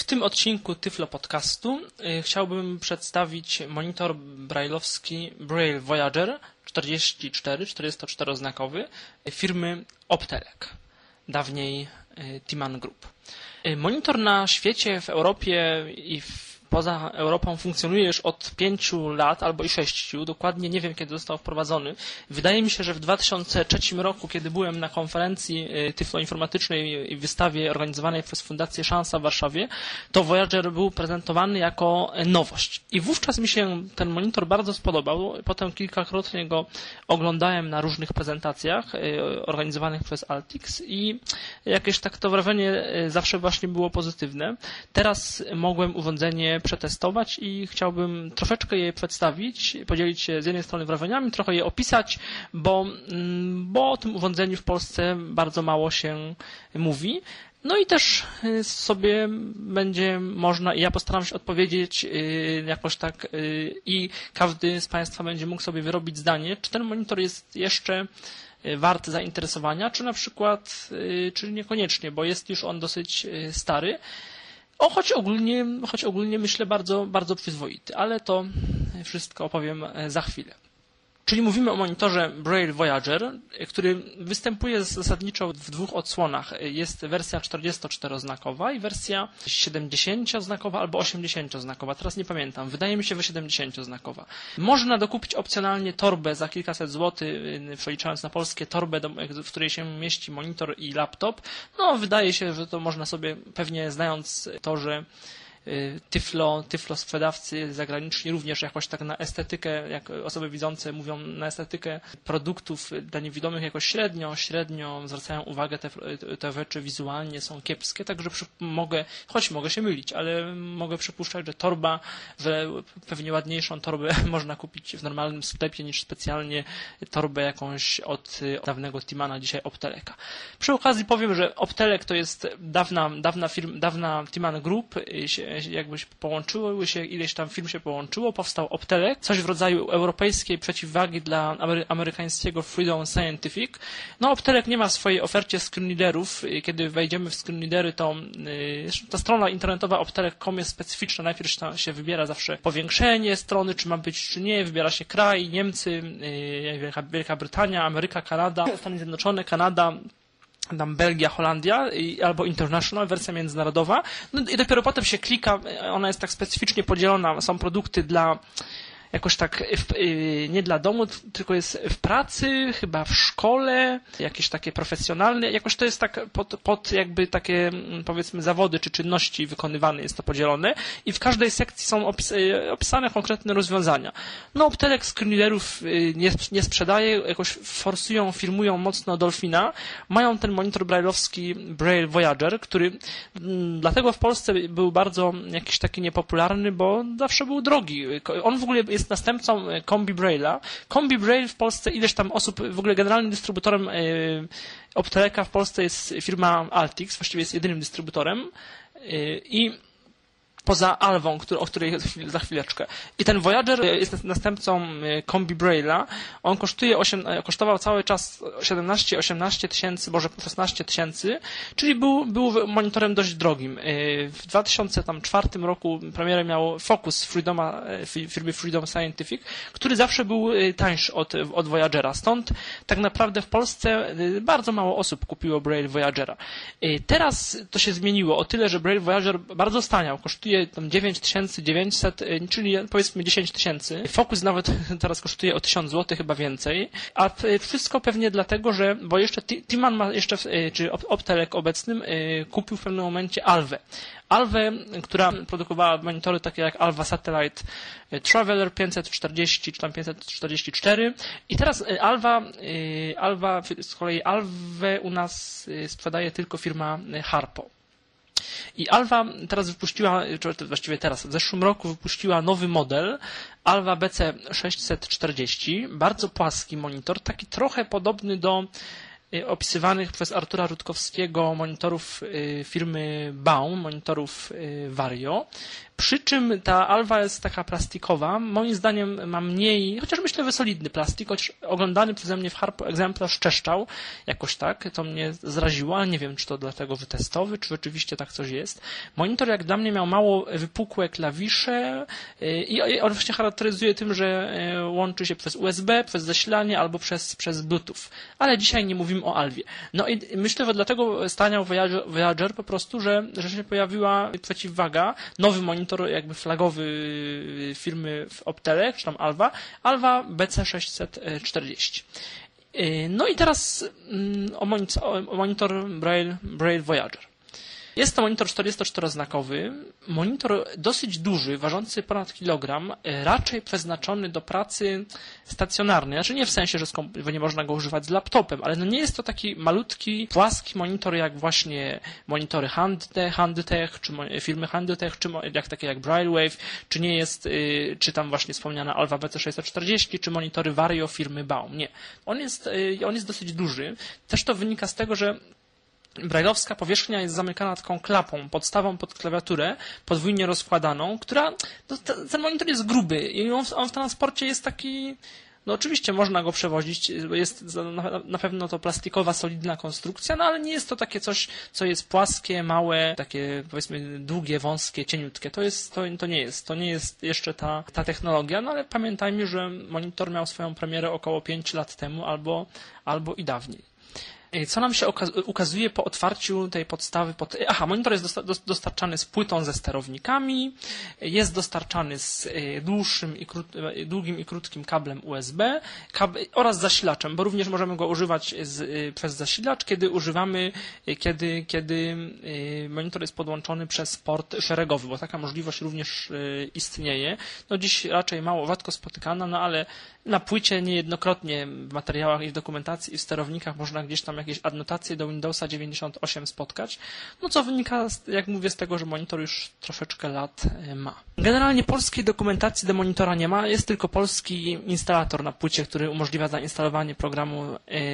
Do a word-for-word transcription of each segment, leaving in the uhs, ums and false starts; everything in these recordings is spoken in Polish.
tym odcinku Tyflo Podcastu chciałbym przedstawić monitor brailleowski Braille Voyager czterdzieści cztery, czterdziestoczteroznakowy firmy Optelec, dawniej Timan Group. Monitor na świecie, w Europie i w poza Europą funkcjonuje już od pięciu lat albo i sześciu. Dokładnie nie wiem, kiedy został wprowadzony. Wydaje mi się, że w dwa tysiące trzecim roku, kiedy byłem na konferencji tyfloinformatycznej i wystawie organizowanej przez Fundację Szansa w Warszawie, to Voyager był prezentowany jako nowość. I wówczas mi się ten monitor bardzo spodobał. Potem kilkakrotnie go oglądałem na różnych prezentacjach organizowanych przez Altix i jakieś tak to wrażenie zawsze właśnie było pozytywne. Teraz mogłem urządzenie przetestować i chciałbym troszeczkę je przedstawić, podzielić się z jednej strony wrażeniami, trochę je opisać, bo, bo o tym urządzeniu w Polsce bardzo mało się mówi. No i też sobie będzie można, i ja postaram się odpowiedzieć jakoś tak i każdy z Państwa będzie mógł sobie wyrobić zdanie, czy ten monitor jest jeszcze wart zainteresowania, czy na przykład, czy niekoniecznie, bo jest już on dosyć stary. O, choć ogólnie, choć ogólnie myślę bardzo, bardzo przyzwoity, ale to wszystko opowiem za chwilę. Czyli mówimy o monitorze Braille Voyager, który występuje zasadniczo w dwóch odsłonach. Jest wersja czterdziestoczteroznakowa i wersja siedemdziesięcioznakowa albo osiemdziesięcioznakowa. Teraz nie pamiętam. Wydaje mi się, że siedemdziesięcioznakowa. Można dokupić opcjonalnie torbę za kilkaset złotych, przeliczając na polskie, torbę, w której się mieści monitor i laptop. No, wydaje się, że to można sobie, pewnie znając to, że Tyflo, tyflo sprzedawcy zagraniczni również jakoś tak na estetykę, jak osoby widzące mówią, na estetykę produktów dla niewidomych jakoś średnio, średnio zwracają uwagę, te, te rzeczy wizualnie są kiepskie, także przy, mogę, choć mogę się mylić, ale mogę przypuszczać, że torba, że pewnie ładniejszą torbę można kupić w normalnym sklepie niż specjalnie torbę jakąś od dawnego Timana, dzisiaj Opteleca. Przy okazji powiem, że Optelec to jest dawna, dawna firma, dawna Timan Group, jakby połączyły się, ileś tam firm się połączyło, powstał Optelec, coś w rodzaju europejskiej przeciwwagi dla amery amerykańskiego Freedom Scientific. No, Optelec nie ma w swojej ofercie screenreaderów. Kiedy wejdziemy w screenreadery, to yy, ta strona internetowa optelec kropka com jest specyficzna. Najpierw się wybiera zawsze powiększenie strony, czy ma być, czy nie. Wybiera się kraj, Niemcy, yy, Wielka, Wielka Brytania, Ameryka, Kanada, Stany Zjednoczone, Kanada, tam Belgia, Holandia, albo International, wersja międzynarodowa. No i dopiero potem się klika, ona jest tak specyficznie podzielona, są produkty dla, jakoś tak, w, nie dla domu, tylko jest w pracy, chyba w szkole, jakieś takie profesjonalne, jakoś to jest tak pod, pod jakby takie, powiedzmy, zawody czy czynności wykonywane jest to podzielone i w każdej sekcji są opis, opisane konkretne rozwiązania. No, Optelec screenreaderów nie, nie sprzedaje, jakoś forsują, firmują mocno Dolphina, mają ten monitor brailleowski Braille Voyager, który m, dlatego w Polsce był bardzo jakiś taki niepopularny, bo zawsze był drogi. On w ogóle jest jest następcą Combi Braille'a. Combi Braille w Polsce, ileś tam osób, w ogóle generalnym dystrybutorem Opteleca w Polsce jest firma Altix, właściwie jest jedynym dystrybutorem i poza Alwą, który, o której za chwileczkę. I ten Voyager jest następcą Combi Braille'a. On kosztuje osiem, kosztował cały czas siedemnaście osiemnaście tysięcy, może szesnaście tysięcy, czyli był, był monitorem dość drogim. W dwa tysiące czwartym roku premierę miał Focus Freedoma, firmy Freedom Scientific, który zawsze był tańszy od, od Voyagera. Stąd tak naprawdę w Polsce bardzo mało osób kupiło Braille Voyagera. Teraz to się zmieniło o tyle, że Braille Voyager bardzo staniał. Kosztuje tam dziewięć tysięcy dziewięćset, czyli powiedzmy dziesięć tysięcy. Focus nawet teraz kosztuje o tysiąc złotych, chyba więcej. A wszystko pewnie dlatego, że, bo jeszcze Timan ma jeszcze, czy Optelec obecnym kupił w pewnym momencie Alwę. Alwę, która produkowała monitory takie jak Alva Satellite Traveler pięćset czterdzieści czy tam pięćset czterdzieści cztery i teraz Alva, Alva z kolei Alwę u nas sprzedaje tylko firma Harpo. I Alva teraz wypuściła, czy właściwie teraz, w zeszłym roku wypuściła nowy model Alva B C sześćset czterdzieści, bardzo płaski monitor, taki trochę podobny do opisywanych przez Artura Rutkowskiego monitorów firmy Baum, monitorów Vario. Przy czym ta Alva jest taka plastikowa. Moim zdaniem ma mniej, chociaż myślę, że solidny plastik, choć oglądany przeze mnie w Harpo egzemplarz czeszczał jakoś tak. To mnie zraziło, ale nie wiem, czy to dlatego, że testowy, czy rzeczywiście tak coś jest. Monitor jak dla mnie miał mało wypukłe klawisze i on właśnie charakteryzuje tym, że łączy się przez U S B, przez zasilanie albo przez, przez Bluetooth. Ale dzisiaj nie mówimy o Alwie. No i myślę, że dlatego staniał Voyager, Voyager po prostu, że, że się pojawiła przeciwwaga, nowy monitor jakby flagowy firmy Optelec, czy tam Alva, Alva B C sześćset czterdzieści. No i teraz o monitor, o monitor Braille, Braille Voyager. Jest to monitor czterdziestoczteroznakowy, monitor dosyć duży, ważący ponad kilogram, raczej przeznaczony do pracy stacjonarnej. Znaczy nie w sensie, że, że nie można go używać z laptopem, ale no nie jest to taki malutki, płaski monitor jak właśnie monitory Handtech, Handtech czy firmy Handtech, czy jak takie jak Braillewave, czy nie jest, czy tam właśnie wspomniana Alva B C sześćset czterdzieści, czy monitory Vario firmy Baum. Nie. On jest, on jest dosyć duży. Też to wynika z tego, że brajlowska powierzchnia jest zamykana taką klapą, podstawą pod klawiaturę, podwójnie rozkładaną, która, no, ten monitor jest gruby i on w, on w transporcie jest taki, no oczywiście można go przewozić, jest na, na pewno to plastikowa, solidna konstrukcja, no ale nie jest to takie coś, co jest płaskie, małe, takie powiedzmy długie, wąskie, cieniutkie. To jest, to, to nie jest, to nie jest jeszcze ta, ta technologia, no ale pamiętajmy, że monitor miał swoją premierę około pięć lat temu albo, albo i dawniej. Co nam się ukazuje po otwarciu tej podstawy? Pod... Aha, monitor jest dostarczany z płytą ze sterownikami, jest dostarczany z dłuższym i krót... długim i krótkim kablem U S B kab... oraz zasilaczem, bo również możemy go używać z... przez zasilacz, kiedy używamy, kiedy, kiedy monitor jest podłączony przez port szeregowy, bo taka możliwość również istnieje. No dziś raczej mało, rzadko spotykana, no ale na płycie niejednokrotnie w materiałach i w dokumentacji i w sterownikach można gdzieś tam jakieś adnotacje do Windowsa dziewięćdziesiąt osiem spotkać, no co wynika, jak mówię, z tego, że monitor już troszeczkę lat ma. Generalnie polskiej dokumentacji do monitora nie ma, jest tylko polski instalator na płycie, który umożliwia zainstalowanie programu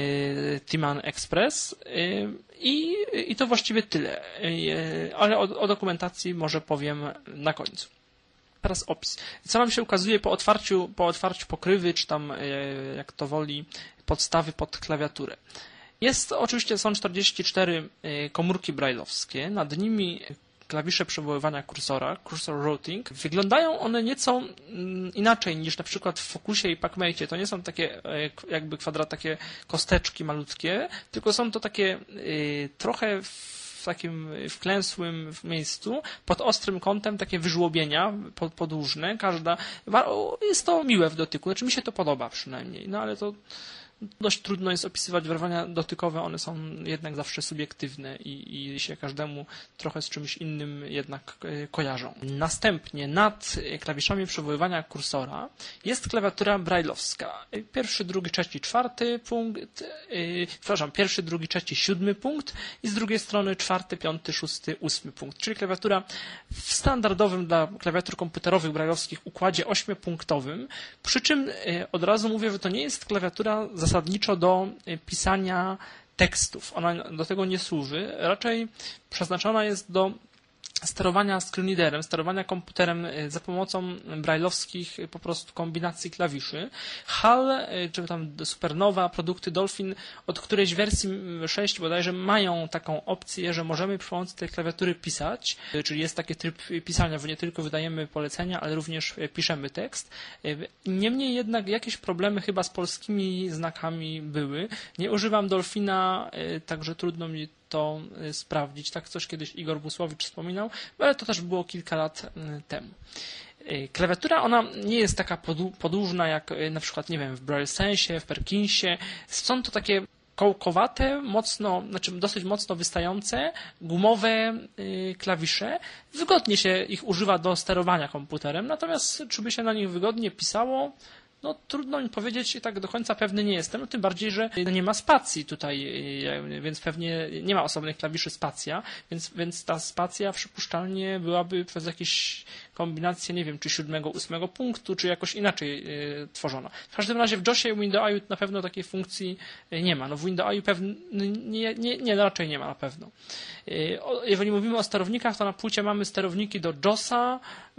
y, Timan Express y, i, i to właściwie tyle, y, ale o, o dokumentacji może powiem na końcu. Teraz opis. Co nam się ukazuje po otwarciu, po otwarciu pokrywy, czy tam, jak to woli, podstawy pod klawiaturę. Jest oczywiście, są czterdzieści cztery komórki brajlowskie, nad nimi klawisze przywoływania kursora, cursor routing. Wyglądają one nieco inaczej niż na przykład w Focusie i PacMate. To nie są takie jakby kwadrat, takie kosteczki malutkie, tylko są to takie trochę w takim wklęsłym miejscu, pod ostrym kątem, takie wyżłobienia podłużne. Każda, jest to miłe w dotyku, znaczy mi się to podoba przynajmniej, no ale to dość trudno jest opisywać wrażenia dotykowe, one są jednak zawsze subiektywne i, i się każdemu trochę z czymś innym jednak kojarzą. Następnie nad klawiszami przywoływania kursora jest klawiatura brajlowska. Pierwszy, drugi, trzeci, czwarty punkt, yy, przepraszam, pierwszy, drugi, trzeci, siódmy punkt i z drugiej strony czwarty, piąty, szósty, ósmy punkt. Czyli klawiatura w standardowym dla klawiatur komputerowych brajlowskich układzie ośmiopunktowym, przy czym yy, od razu mówię, że to nie jest klawiatura zasadniczo do pisania tekstów. Ona do tego nie służy. Raczej przeznaczona jest do sterowania screenreaderem, sterowania komputerem za pomocą brajlowskich po prostu kombinacji klawiszy. H A L, czy tam Supernowa, produkty Dolphin od którejś wersji sześć bodajże mają taką opcję, że możemy przy pomocy tej klawiatury pisać, czyli jest taki tryb pisania, że nie tylko wydajemy polecenia, ale również piszemy tekst. Niemniej jednak jakieś problemy chyba z polskimi znakami były. Nie używam Dolphina, także trudno mi to sprawdzić. Tak coś kiedyś Igor Busłowicz wspominał, ale to też było kilka lat temu. Klawiatura, ona nie jest taka podłużna jak na przykład, nie wiem, w Braille Sensie, w Perkinsie. Są to takie kołkowate, mocno, znaczy dosyć mocno wystające, gumowe klawisze. Wygodnie się ich używa do sterowania komputerem, natomiast czy by się na nich wygodnie pisało? No trudno mi powiedzieć, tak do końca pewny nie jestem, no tym bardziej, że nie ma spacji tutaj, więc pewnie nie ma osobnych klawiszy spacja, więc, więc ta spacja przypuszczalnie byłaby przez jakieś kombinacje, nie wiem, czy siódmego, ósmego punktu, czy jakoś inaczej y, tworzona. W każdym razie w JOSie i Windows na pewno takiej funkcji nie ma. No w Windows pewnie nie, nie, nie, raczej nie ma na pewno. Y, o, jeżeli mówimy o sterownikach, to na płycie mamy sterowniki do JOSa, y,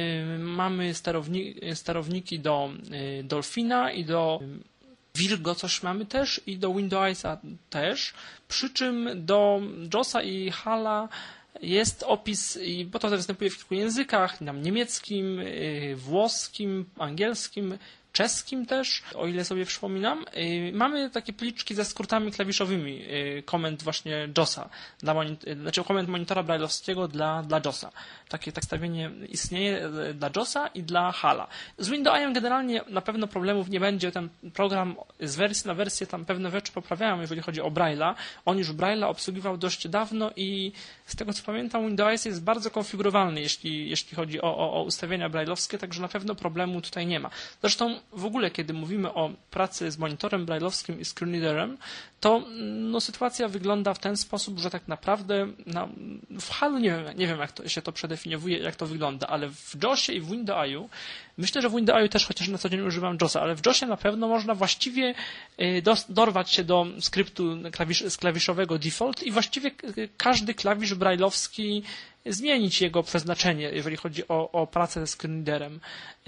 mamy sterowni, sterowniki do y, Dolphina i do Virgo coś mamy też i do Windowsa też, przy czym do JOSa i HALa jest opis, bo to występuje w kilku językach, na niemieckim, włoskim, angielskim, czeskim też, o ile sobie przypominam. Mamy takie pliczki ze skrótami klawiszowymi komend właśnie JOSa, dla monit- znaczy komend monitora brailleowskiego dla, dla JOSa. Takie tak stawienie istnieje dla JOSa i dla HALa. Z Windowsem generalnie na pewno problemów nie będzie. Ten program z wersji na wersję tam pewne rzeczy poprawiają, jeżeli chodzi o Braille'a. On już Braille'a obsługiwał dość dawno i z tego co pamiętam Windows jest bardzo konfigurowalny, jeśli, jeśli chodzi o, o, o ustawienia braille'owskie, także na pewno problemu tutaj nie ma. Zresztą w ogóle, kiedy mówimy o pracy z monitorem braille'owskim i screenreaderem, to no, sytuacja wygląda w ten sposób, że tak naprawdę no, w HALu nie wiem, nie wiem jak to, się to przedefiniowuje, jak to wygląda, ale w JOSie i w Windowsie, myślę, że w Windowsie też, chociaż na co dzień używam JOSa, ale w JOSie na pewno można właściwie dorwać się do skryptu klawisz, klawiszowego default i właściwie każdy klawisz braille'owski zmienić jego przeznaczenie, jeżeli chodzi o, o pracę z screenreaderem.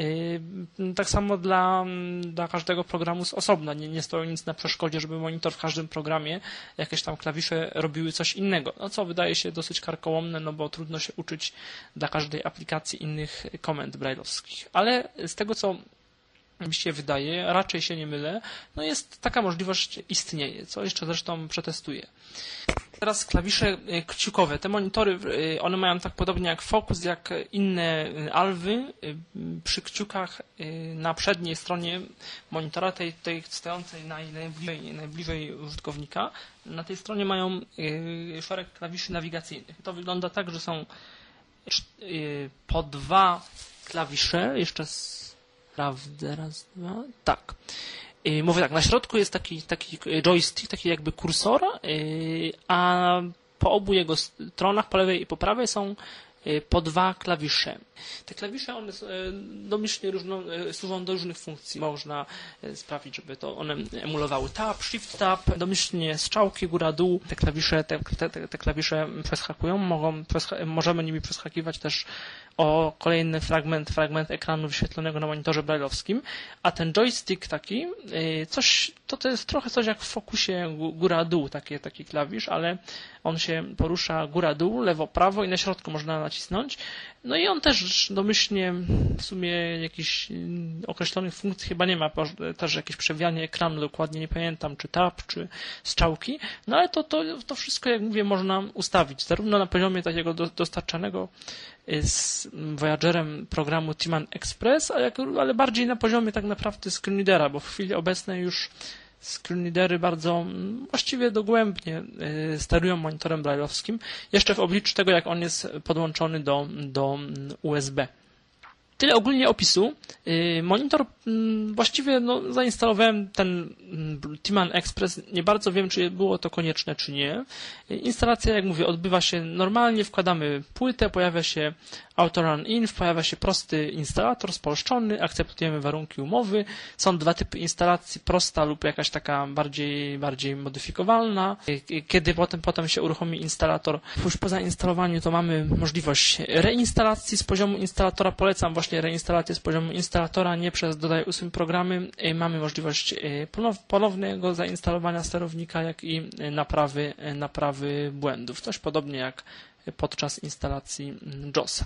Tak samo dla, dla każdego programu z osobna. Nie, nie stoi nic na przeszkodzie, żeby monitor w każdym programie jakieś tam klawisze robiły coś innego. No co wydaje się dosyć karkołomne, no bo trudno się uczyć dla każdej aplikacji innych komend braille'owskich. Ale z tego, co mi się wydaje, raczej się nie mylę, no jest taka możliwość istnieje, co jeszcze zresztą przetestuję. Teraz klawisze kciukowe. Te monitory, one mają tak podobnie jak Focus, jak inne alwy. Przy kciukach na przedniej stronie monitora, tej, tej stojącej naj, najbliżej, najbliżej użytkownika, na tej stronie mają szereg klawiszy nawigacyjnych. To wygląda tak, że są po dwa klawisze, jeszcze sprawdzę, raz, dwa, tak. Mówię tak, na środku jest taki, taki joystick, taki jakby kursor, a po obu jego stronach, po lewej i po prawej są po dwa klawisze. Te klawisze one domyślnie różno, służą do różnych funkcji. Można sprawić, żeby to one emulowały tab, shift tab, domyślnie strzałki góra-dół. Te klawisze, te, te, te klawisze przeskakują, mogą, możemy nimi przeskakiwać też o kolejny fragment, fragment ekranu wyświetlonego na monitorze braille'owskim, a ten joystick taki, coś, to, to jest trochę coś jak w Focusie góra-dół, taki, taki klawisz, ale on się porusza góra-dół, lewo-prawo i na środku można nacisnąć. No i on też domyślnie w sumie jakichś określonych funkcji chyba nie ma, też jakieś przewijanie ekranu, dokładnie nie pamiętam, czy tab, czy strzałki, no ale to, to, to wszystko, jak mówię, można ustawić, zarówno na poziomie takiego do, dostarczanego z Voyagerem programu Timan Express, a jak, ale bardziej na poziomie tak naprawdę screenreadera, bo w chwili obecnej już screenreadery bardzo właściwie dogłębnie sterują monitorem braille'owskim, jeszcze w obliczu tego, jak on jest podłączony do, do U S B. Tyle ogólnie opisu. Monitor właściwie no, zainstalowałem ten Timan Express. Nie bardzo wiem, czy było to konieczne, czy nie. Instalacja, jak mówię, odbywa się normalnie. Wkładamy płytę, pojawia się Autorun Inf, pojawia się prosty instalator spolszczony, akceptujemy warunki umowy. Są dwa typy instalacji, prosta lub jakaś taka bardziej, bardziej modyfikowalna. Kiedy potem, potem się uruchomi instalator, już po zainstalowaniu to mamy możliwość reinstalacji z poziomu instalatora. Polecam właśnie reinstalację z poziomu instalatora, nie przez dodaj usuń programy. Mamy możliwość ponownego zainstalowania sterownika, jak i naprawy, naprawy błędów. Coś podobnie jak podczas instalacji JOSa.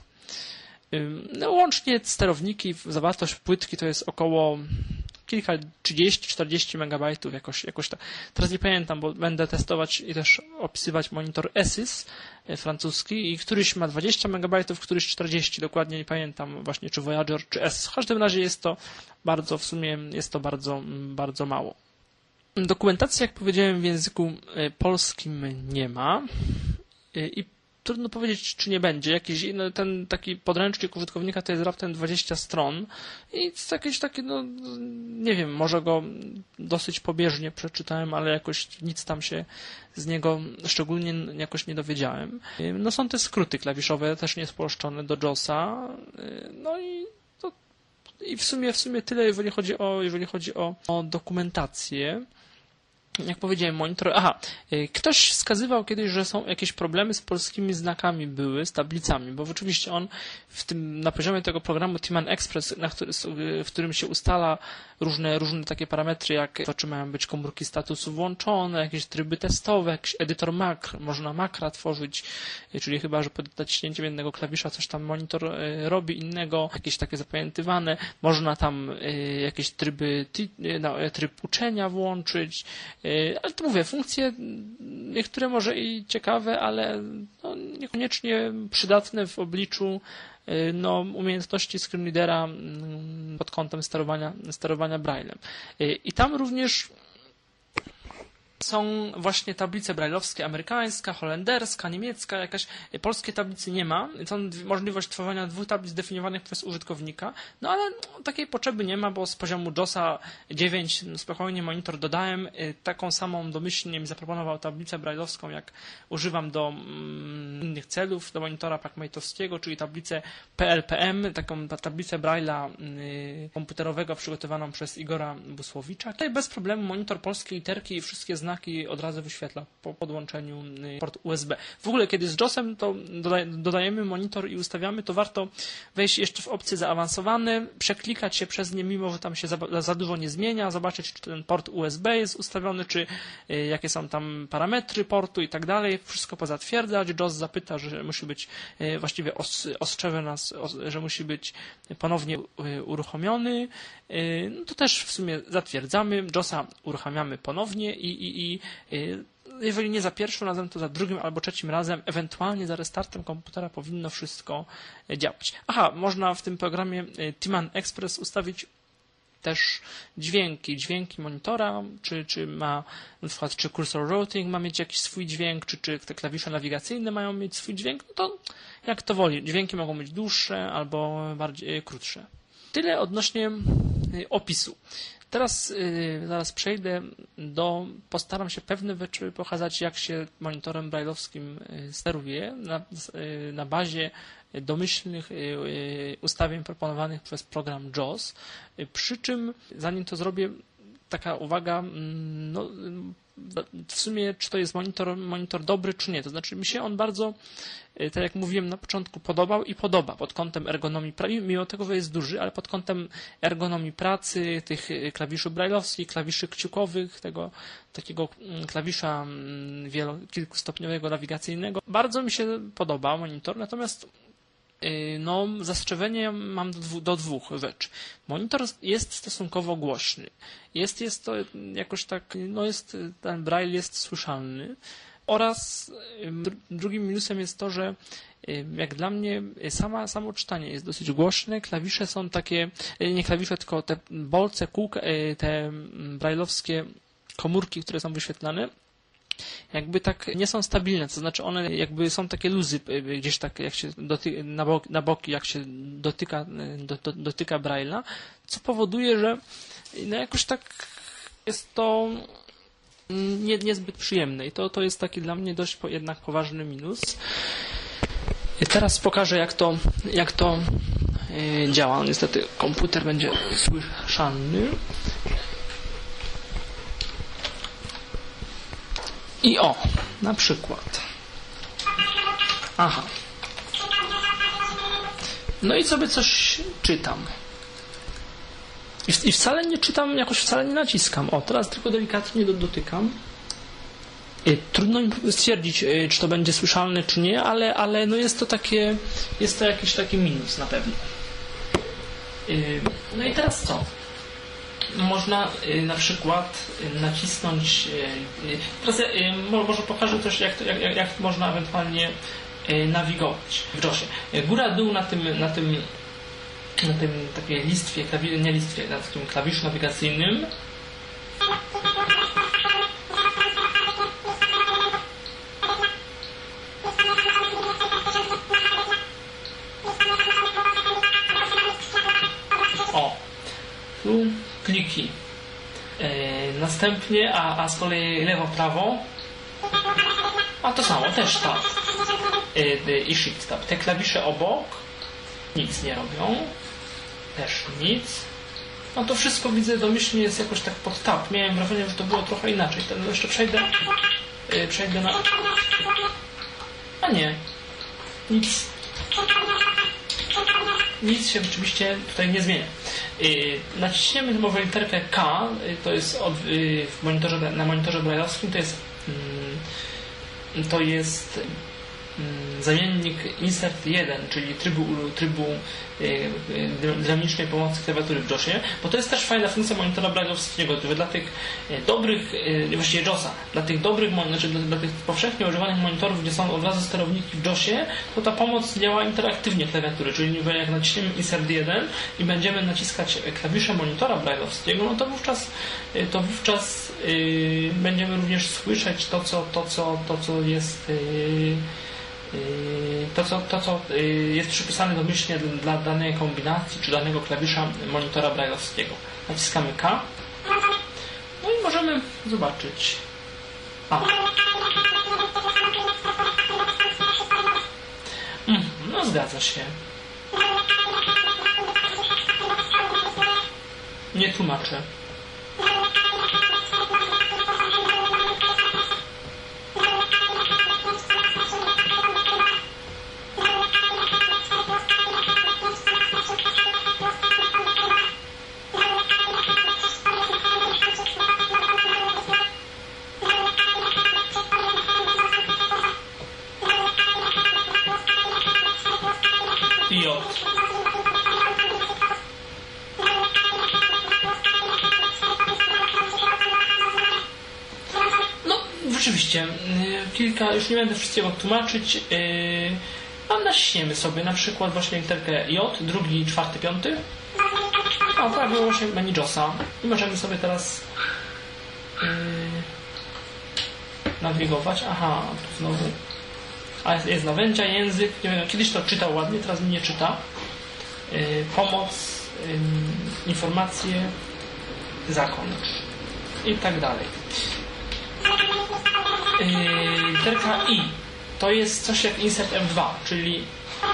No, łącznie sterowniki, zawartość płytki to jest około kilka, trzydzieści czterdzieści megabajtów, jakoś, jakoś tak. Teraz nie pamiętam, bo będę testować i też opisywać monitor Esys francuski i któryś ma dwadzieścia megabajtów, któryś czterdzieści, dokładnie nie pamiętam właśnie czy Voyager, czy Esys. W każdym razie jest to bardzo, w sumie jest to bardzo, bardzo mało. Dokumentacji, jak powiedziałem, w języku polskim nie ma i trudno powiedzieć, czy nie będzie. Jakiś, no, ten taki podręcznik użytkownika to jest raptem dwadzieścia stron i jest jakieś takie, no nie wiem, może go dosyć pobieżnie przeczytałem, ale jakoś nic tam się z niego szczególnie jakoś nie dowiedziałem. No są te skróty klawiszowe, też niespolszczone do JAWSa, no i to, i w sumie, w sumie tyle, jeżeli chodzi o, jeżeli chodzi o, o dokumentację. Jak powiedziałem, monitor... Aha, ktoś wskazywał kiedyś, że są jakieś problemy z polskimi znakami były, z tablicami, bo rzeczywiście on w tym, na poziomie tego programu Timan Express, na który, w którym się ustala różne, różne takie parametry, jak to, czy mają być komórki statusu włączone, jakieś tryby testowe, jakiś edytor makr, można makra tworzyć, czyli chyba, że pod naciśnięciem jednego klawisza coś tam monitor robi innego, jakieś takie zapamiętywane, można tam jakieś tryby, tryb uczenia włączyć, ale to mówię, funkcje niektóre może i ciekawe, ale no niekoniecznie przydatne w obliczu no, umiejętności screenreadera pod kątem sterowania, sterowania Braillem. I tam również są właśnie tablice brajlowskie, amerykańska, holenderska, niemiecka, jakaś, polskiej tablicy nie ma. Są możliwość tworzenia dwóch tablic zdefiniowanych przez użytkownika, no ale no, takiej potrzeby nie ma, bo z poziomu JAWSa dziewięć no, spokojnie monitor dodałem. Taką samą domyślnie mi zaproponował tablicę brajlowską, jak używam do mm, innych celów, do monitora PacMate'owskiego, czyli tablicę P L P M, taką tablicę Braille'a y, komputerowego przygotowaną przez Igora Busłowicza. Tutaj bez problemu monitor polskie literki i wszystkie znaki od razu wyświetla po podłączeniu port U S B. W ogóle, kiedy z JAWSem to dodajemy monitor i ustawiamy, to warto wejść jeszcze w opcje zaawansowane, przeklikać się przez nie, mimo że tam się za, za dużo nie zmienia, zobaczyć, czy ten port U S B jest ustawiony, czy y, jakie są tam parametry portu i tak dalej. Wszystko pozatwierdzać. JAWS zapyta, że musi być y, właściwie os, ostrzeże nas, os, że musi być ponownie y, uruchomiony. Y, no to też w sumie zatwierdzamy. JAWSa uruchamiamy ponownie i, i, i jeżeli nie za pierwszym razem, to za drugim albo trzecim razem, ewentualnie za restartem komputera powinno wszystko działać. Aha, można w tym programie Timan Express ustawić też dźwięki, dźwięki monitora, czy, czy ma na przykład, czy cursor routing ma mieć jakiś swój dźwięk, czy, czy te klawisze nawigacyjne mają mieć swój dźwięk, no to jak to woli. Dźwięki mogą być dłuższe albo bardziej krótsze. Tyle odnośnie opisu. Teraz yy, zaraz przejdę do, postaram się pewne rzeczy pokazać, jak się monitorem brajlowskim steruje na, yy, na bazie domyślnych yy, ustawień proponowanych przez program JAWS. Yy, przy czym, zanim to zrobię, taka uwaga, no, w sumie, czy to jest monitor, monitor dobry, czy nie. To znaczy, mi się on bardzo, tak jak mówiłem na początku, podobał i podoba pod kątem ergonomii, mimo tego, że jest duży, ale pod kątem ergonomii pracy, tych klawiszy brajlowskich, klawiszy kciukowych, tego takiego klawisza wielo, kilkustopniowego nawigacyjnego. Bardzo mi się podoba monitor, natomiast no, zastrzeżenie mam do, dwu, do dwóch rzeczy. Monitor jest stosunkowo głośny. Jest, jest to jakoś tak, no jest, ten braille jest słyszalny. Oraz drugim minusem jest to, że jak dla mnie sama, samo czytanie jest dosyć głośne. Klawisze są takie, nie klawisze, tylko te bolce, kółka, te brajlowskie komórki, które są wyświetlane, jakby tak nie są stabilne, to znaczy one jakby są takie luzy gdzieś tak jak się doty, na, boki, na boki, jak się dotyka, do, do, dotyka Braille'a, co powoduje, że no jakoś tak jest to nie, niezbyt przyjemne i to, to jest taki dla mnie dość po, jednak poważny minus. I teraz pokażę, jak to, jak to yy, działa. Niestety komputer będzie słyszalny. I o, na przykład. Aha. No i sobie coś czytam. I, i wcale nie czytam, jakoś wcale nie naciskam. O, teraz tylko delikatnie do, dotykam. I trudno mi stwierdzić, czy to będzie słyszalne, czy nie, ale, ale no jest to takie, jest to jakiś taki minus na pewno. No i teraz co? Można na przykład nacisnąć, teraz może pokażę też, jak, to, jak, jak można ewentualnie nawigować w JAWSie. Góra-dół na tym, na tym, na tym takiej listwie, nie listwie, na takim klawiszu nawigacyjnym. pliki. Następnie, a, a z kolei lewo-prawo, a to samo, też tab i shift tab. Te klawisze obok nic nie robią, też nic. No to wszystko widzę domyślnie jest jakoś tak pod tab. Miałem wrażenie, że to było trochę inaczej. Ten jeszcze przejdę, przejdę na... A nie, nic. Nic się oczywiście tutaj nie zmienia. Yy, naciśniemy może literkę K, yy, to jest od, yy, w monitorze, na monitorze brailleowskim, to jest yy, to jest yy, zamiennik insert jeden, czyli trybu, trybu yy, yy, dynamicznej pomocy klawiatury w JOSie, bo to jest też fajna funkcja monitora brailleowskiego, który dla tych yy, dobrych, yy, właściwie JOSa, dla tych dobrych, znaczy dla, dla tych powszechnie używanych monitorów, gdzie są od razu sterowniki w JOSie, to ta pomoc działa interaktywnie klawiatury, czyli jak naciśniemy insert jeden i będziemy naciskać klawisze monitora brailleowskiego, no to wówczas, to wówczas yy, będziemy również słyszeć to, co, to, co, to, co jest yy, To co, to, co jest przypisane domyślnie dla danej kombinacji czy danego klawisza monitora brailleowskiego. Naciskamy K. No i możemy zobaczyć. A. Mm, no zgadza się. Nie tłumaczę. J. No, rzeczywiście, kilka, już nie będę wszystkiego tłumaczyć, a naciśniemy sobie na przykład właśnie literkę J, drugi, czwarty, piąty. O, prawie właśnie menu JOSa. I możemy sobie teraz yy, nawigować. Aha, tu znowu. A jest, jest narzędzia, język. Nie wiem, kiedyś to czytał ładnie, teraz mi nie czyta. Yy, pomoc, yy, informacje, zakończ i tak dalej. Yy, literka I to jest coś jak insert F dwa, czyli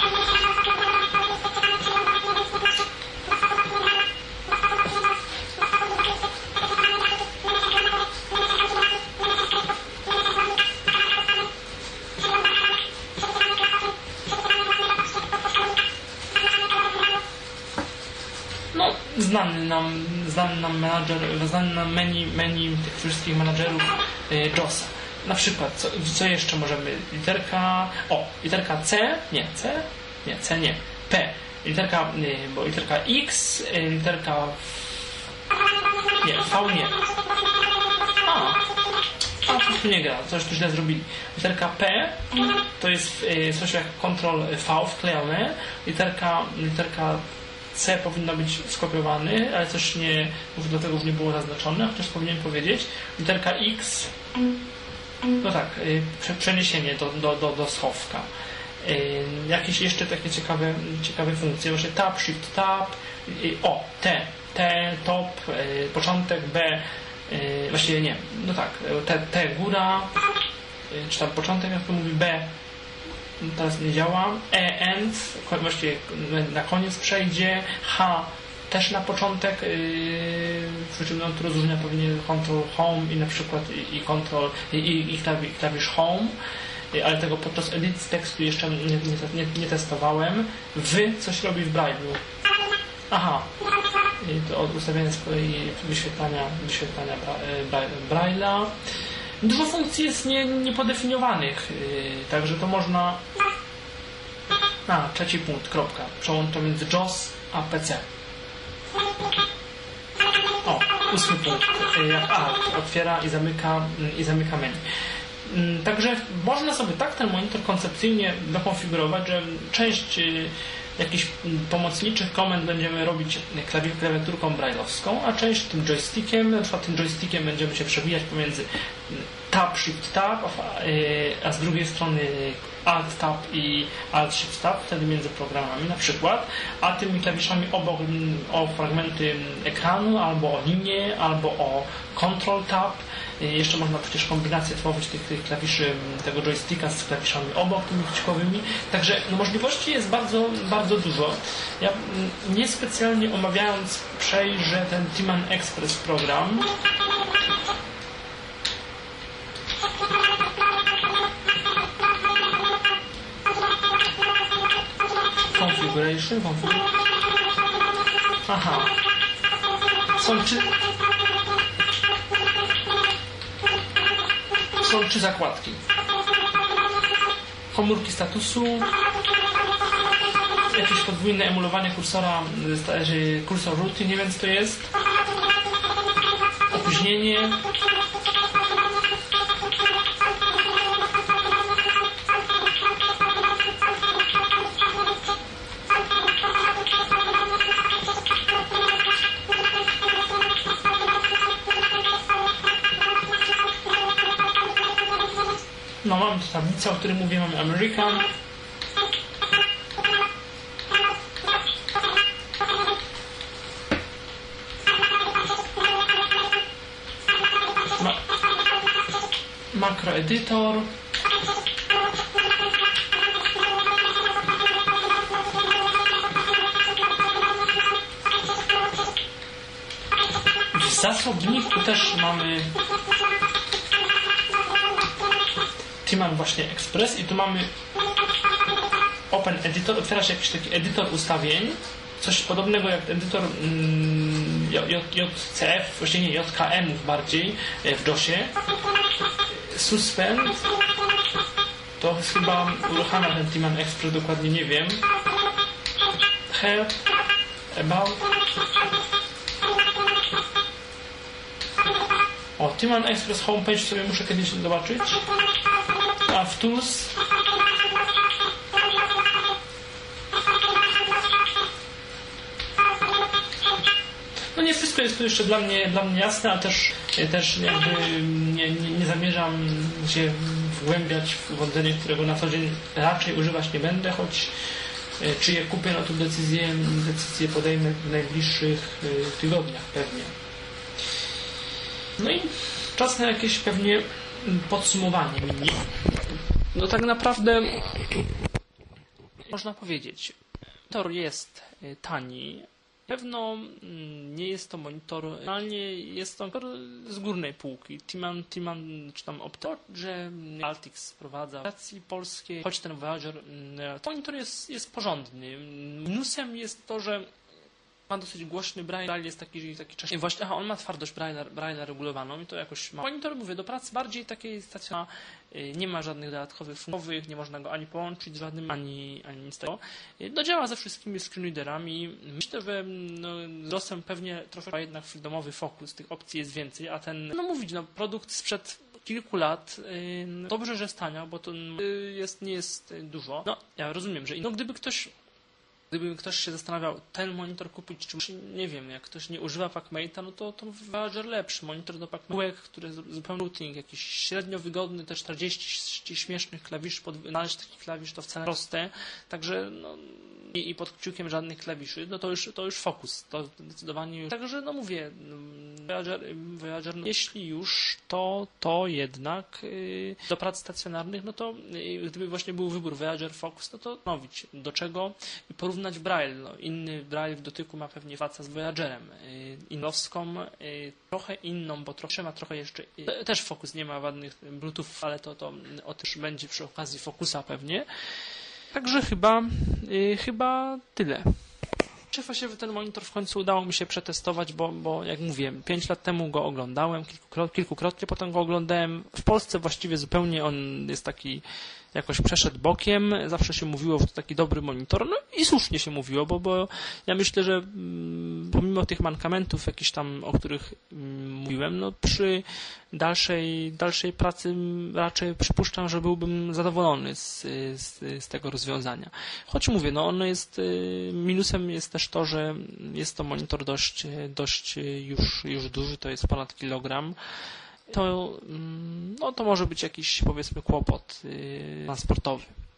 no, znany nam, znany nam menadżer, znany nam menu, menu tych wszystkich menadżerów yy, JOSa. Na przykład, co, co jeszcze możemy? Literka, o, literka C, nie, C, nie, C nie, P, literka, nie, bo literka X, literka, nie, V nie, a, a coś tu nie gra, coś tu źle zrobili. Literka P to jest coś jak Ctrl V wklejone, literka, literka C powinna być skopiowany, ale coś nie, do tego już nie było zaznaczone, chociaż powinienem powiedzieć. Literka X, no tak, przeniesienie do, do, do, do schowka. Jakieś jeszcze takie ciekawe, ciekawe funkcje, właśnie tab, shift tab, o, T, T, top, początek, B, właściwie nie, no tak, T, T góra, czy tam początek, jak to mówi, B, teraz nie działa, E, end, właściwie na koniec przejdzie, H, też na początek, yy, przy czym no, tu rozróżnia pewnie Ctrl Home i na przykład i, i Ctrl i, i, i klawisz, klawisz Home, yy, ale tego podczas edycji tekstu jeszcze nie, nie, nie, nie testowałem. Wy coś robi w Braille'u. Aha, yy, to od ustawienia z kolei wyświetlania, wyświetlania Braille'a. Dużo funkcji jest nie, niepodefiniowanych, yy, także to można... A, trzeci punkt, kropka. Przełącz to między JOS a P C. O, ósmy punkt, jak Alt otwiera i zamyka, i zamyka menu. Także można sobie tak ten monitor koncepcyjnie dokonfigurować, że część jakichś pomocniczych komend będziemy robić klawiaturką brailleowską, a część tym joystickiem, na przykład tym joystickiem będziemy się przewijać pomiędzy tab Tab, Shift, Tab, a z drugiej strony Alt, Tab i Alt, Shift, Tab, wtedy między programami na przykład, a tymi klawiszami obok o fragmenty ekranu, albo o linię, albo o Control Tab. Jeszcze można przecież kombinację tworzyć tych, tych klawiszy, tego joysticka z klawiszami obok, tymi przyciskowymi. Także no, możliwości jest bardzo, bardzo dużo. Ja niespecjalnie omawiając przejrzę ten Timan Express program. Configuration, configuration. Aha. Są trzy... Są trzy zakładki. Komórki statusu, jakieś podwójne emulowanie kursora, kursor routine, nie wiem co to jest, opóźnienie, no mamy tu tablicę, o której mówię, mamy American. Ma Macro Editor. W zasobnik tu też mamy Timan właśnie Express i tu mamy Open Editor, otwiera się jakiś taki edytor ustawień, coś podobnego jak edytor mm, J C F, właśnie nie, J K M-ów bardziej w dosie. Suspend, to jest chyba uruchamia ten Timan Express, dokładnie nie wiem. Help, About. O, Timan Express Homepage sobie muszę kiedyś zobaczyć. A w Tools no nie wszystko jest tu jeszcze dla mnie, dla mnie jasne, a też, też jakby nie, nie, nie zamierzam się wgłębiać w urządzenie, którego na co dzień raczej używać nie będę, choć czy je kupię, no to decyzję, decyzję podejmę w najbliższych tygodniach pewnie. No i czas na jakieś pewnie podsumowanie mini. No tak naprawdę można powiedzieć, monitor jest tani. Pewno nie jest to monitor, realnie jest to monitor z górnej półki. Timan, Timan czy tam Opto, że Altix sprowadza w stacji polskiej, choć ten Voyager, to monitor jest, jest porządny. Minusem jest to, że ma dosyć głośny braille, braille jest taki, taki czas. Właśnie, aha, on ma twardość braille, braille regulowaną i to jakoś ma. Monitor, mówię, do pracy bardziej takiej stacjonarnej, nie ma żadnych dodatkowych funkcji, nie można go ani połączyć z żadnym, ani, ani nic takiego. No, działa ze wszystkimi screenreaderami. Myślę, że no, wzrostem pewnie trochę jednak domowy fokus, tych opcji jest więcej, a ten, no mówić, no produkt sprzed kilku lat, yy, dobrze, że staniał, bo to yy, jest, nie jest dużo. No, ja rozumiem, że no, gdyby ktoś Gdyby ktoś się zastanawiał, ten monitor kupić, czy nie wiem, jak ktoś nie używa PacMate'a, no to to Voyager lepszy. Monitor do PacMate, który jest zupełnie routing, jakiś średnio wygodny, te czterdzieści śmiesznych klawiszy, pod, należy takich klawisz, to wcale proste, także no, i, i pod kciukiem żadnych klawiszy, no to już, to już fokus, to zdecydowanie już. Także no mówię, Voyager, Voyager no, jeśli już, to to jednak yy, do prac stacjonarnych, no to yy, gdyby właśnie był wybór Voyager, Focus, no to nowić do czego i porównać Braille. No, inny Braille w dotyku ma pewnie praca z Voyagerem. Yy, Inowską, yy, trochę inną, bo trochę ma trochę jeszcze, yy, też Focus nie ma ładnych Bluetooth, ale to, to o też będzie przy okazji Focusa pewnie. Także chyba, yy, chyba tyle. Czy właściwie ten monitor w końcu udało mi się przetestować, bo, bo jak mówiłem, pięć lat temu go oglądałem, kilkukrotnie, kilkukrotnie potem go oglądałem. W Polsce właściwie zupełnie on jest taki, jakoś przeszedł bokiem. Zawsze się mówiło, że to taki dobry monitor. No i słusznie się mówiło, bo, bo ja myślę, że mm, pomimo tych mankamentów jakichś tam, o których mm, mówiłem, no przy dalszej, dalszej pracy raczej przypuszczam, że byłbym zadowolony z, z, z tego rozwiązania. Choć mówię, no ono jest, minusem jest też to, że jest to monitor dość, dość już, już duży, to jest ponad kilogram. to, mm, no, to może być jakiś, powiedzmy, kłopot yy, transportowy.